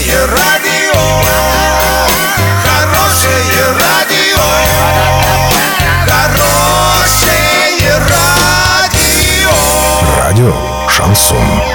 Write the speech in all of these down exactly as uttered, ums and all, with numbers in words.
Хорошее радио, хорошее радио, хорошее радио. Радио Шансон.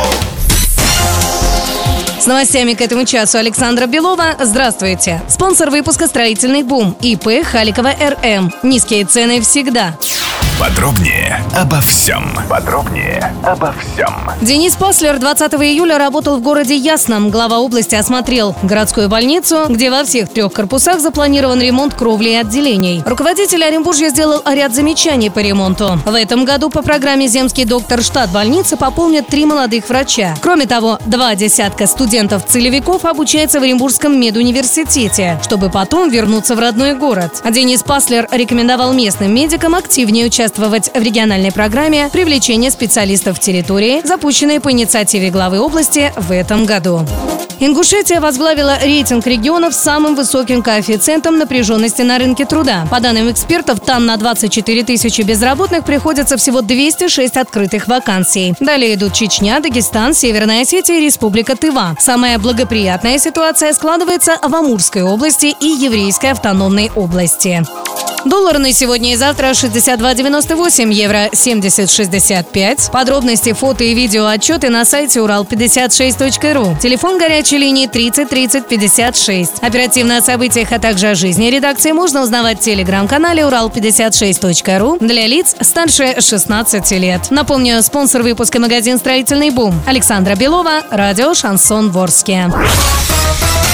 С новостями к этому часу Александра Белова. Здравствуйте. Спонсор выпуска «Строительный бум» ИП Халикова РМ. Низкие цены всегда. Подробнее обо всем. Подробнее обо всем. Денис Паслер двадцатого июля работал в городе Ясном. Глава области осмотрел городскую больницу, где во всех трех корпусах запланирован ремонт кровли и отделений. Руководитель Оренбуржья сделал ряд замечаний по ремонту. В этом году по программе «Земский доктор» штат больницы пополнят три молодых врача. Кроме того, два десятка студентов-целевиков обучается в Оренбургском медуниверситете, чтобы потом вернуться в родной город. Денис Паслер рекомендовал местным медикам активнее участвовать в региональной программе привлечения специалистов в территории, запущенной по инициативе главы области в этом году. Ингушетия возглавила рейтинг регионов с самым высоким коэффициентом напряженности на рынке труда. По данным экспертов, там на двадцать четыре тысячи безработных приходится всего двести шесть открытых вакансий. Далее идут Чечня, Дагестан, Северная Осетия и Республика Тыва. Самая благоприятная ситуация складывается в Амурской области и Еврейской автономной области. Доллар на сегодня и завтра шестьдесят два девяносто восемь, евро семьдесят шестьдесят пять. Подробности, фото и видео отчеты на сайте урал пятьдесят шесть точка ру. Телефон горячей линии тридцать тридцать пятьдесят шесть. Оперативно о событиях, а также о жизни редакции можно узнавать в телеграм-канале урал пятьдесят шесть точка ру для лиц старше шестнадцати лет. Напомню, спонсор выпуска магазин «Строительный бум». Александра Белова, радио «Шансон Ворске».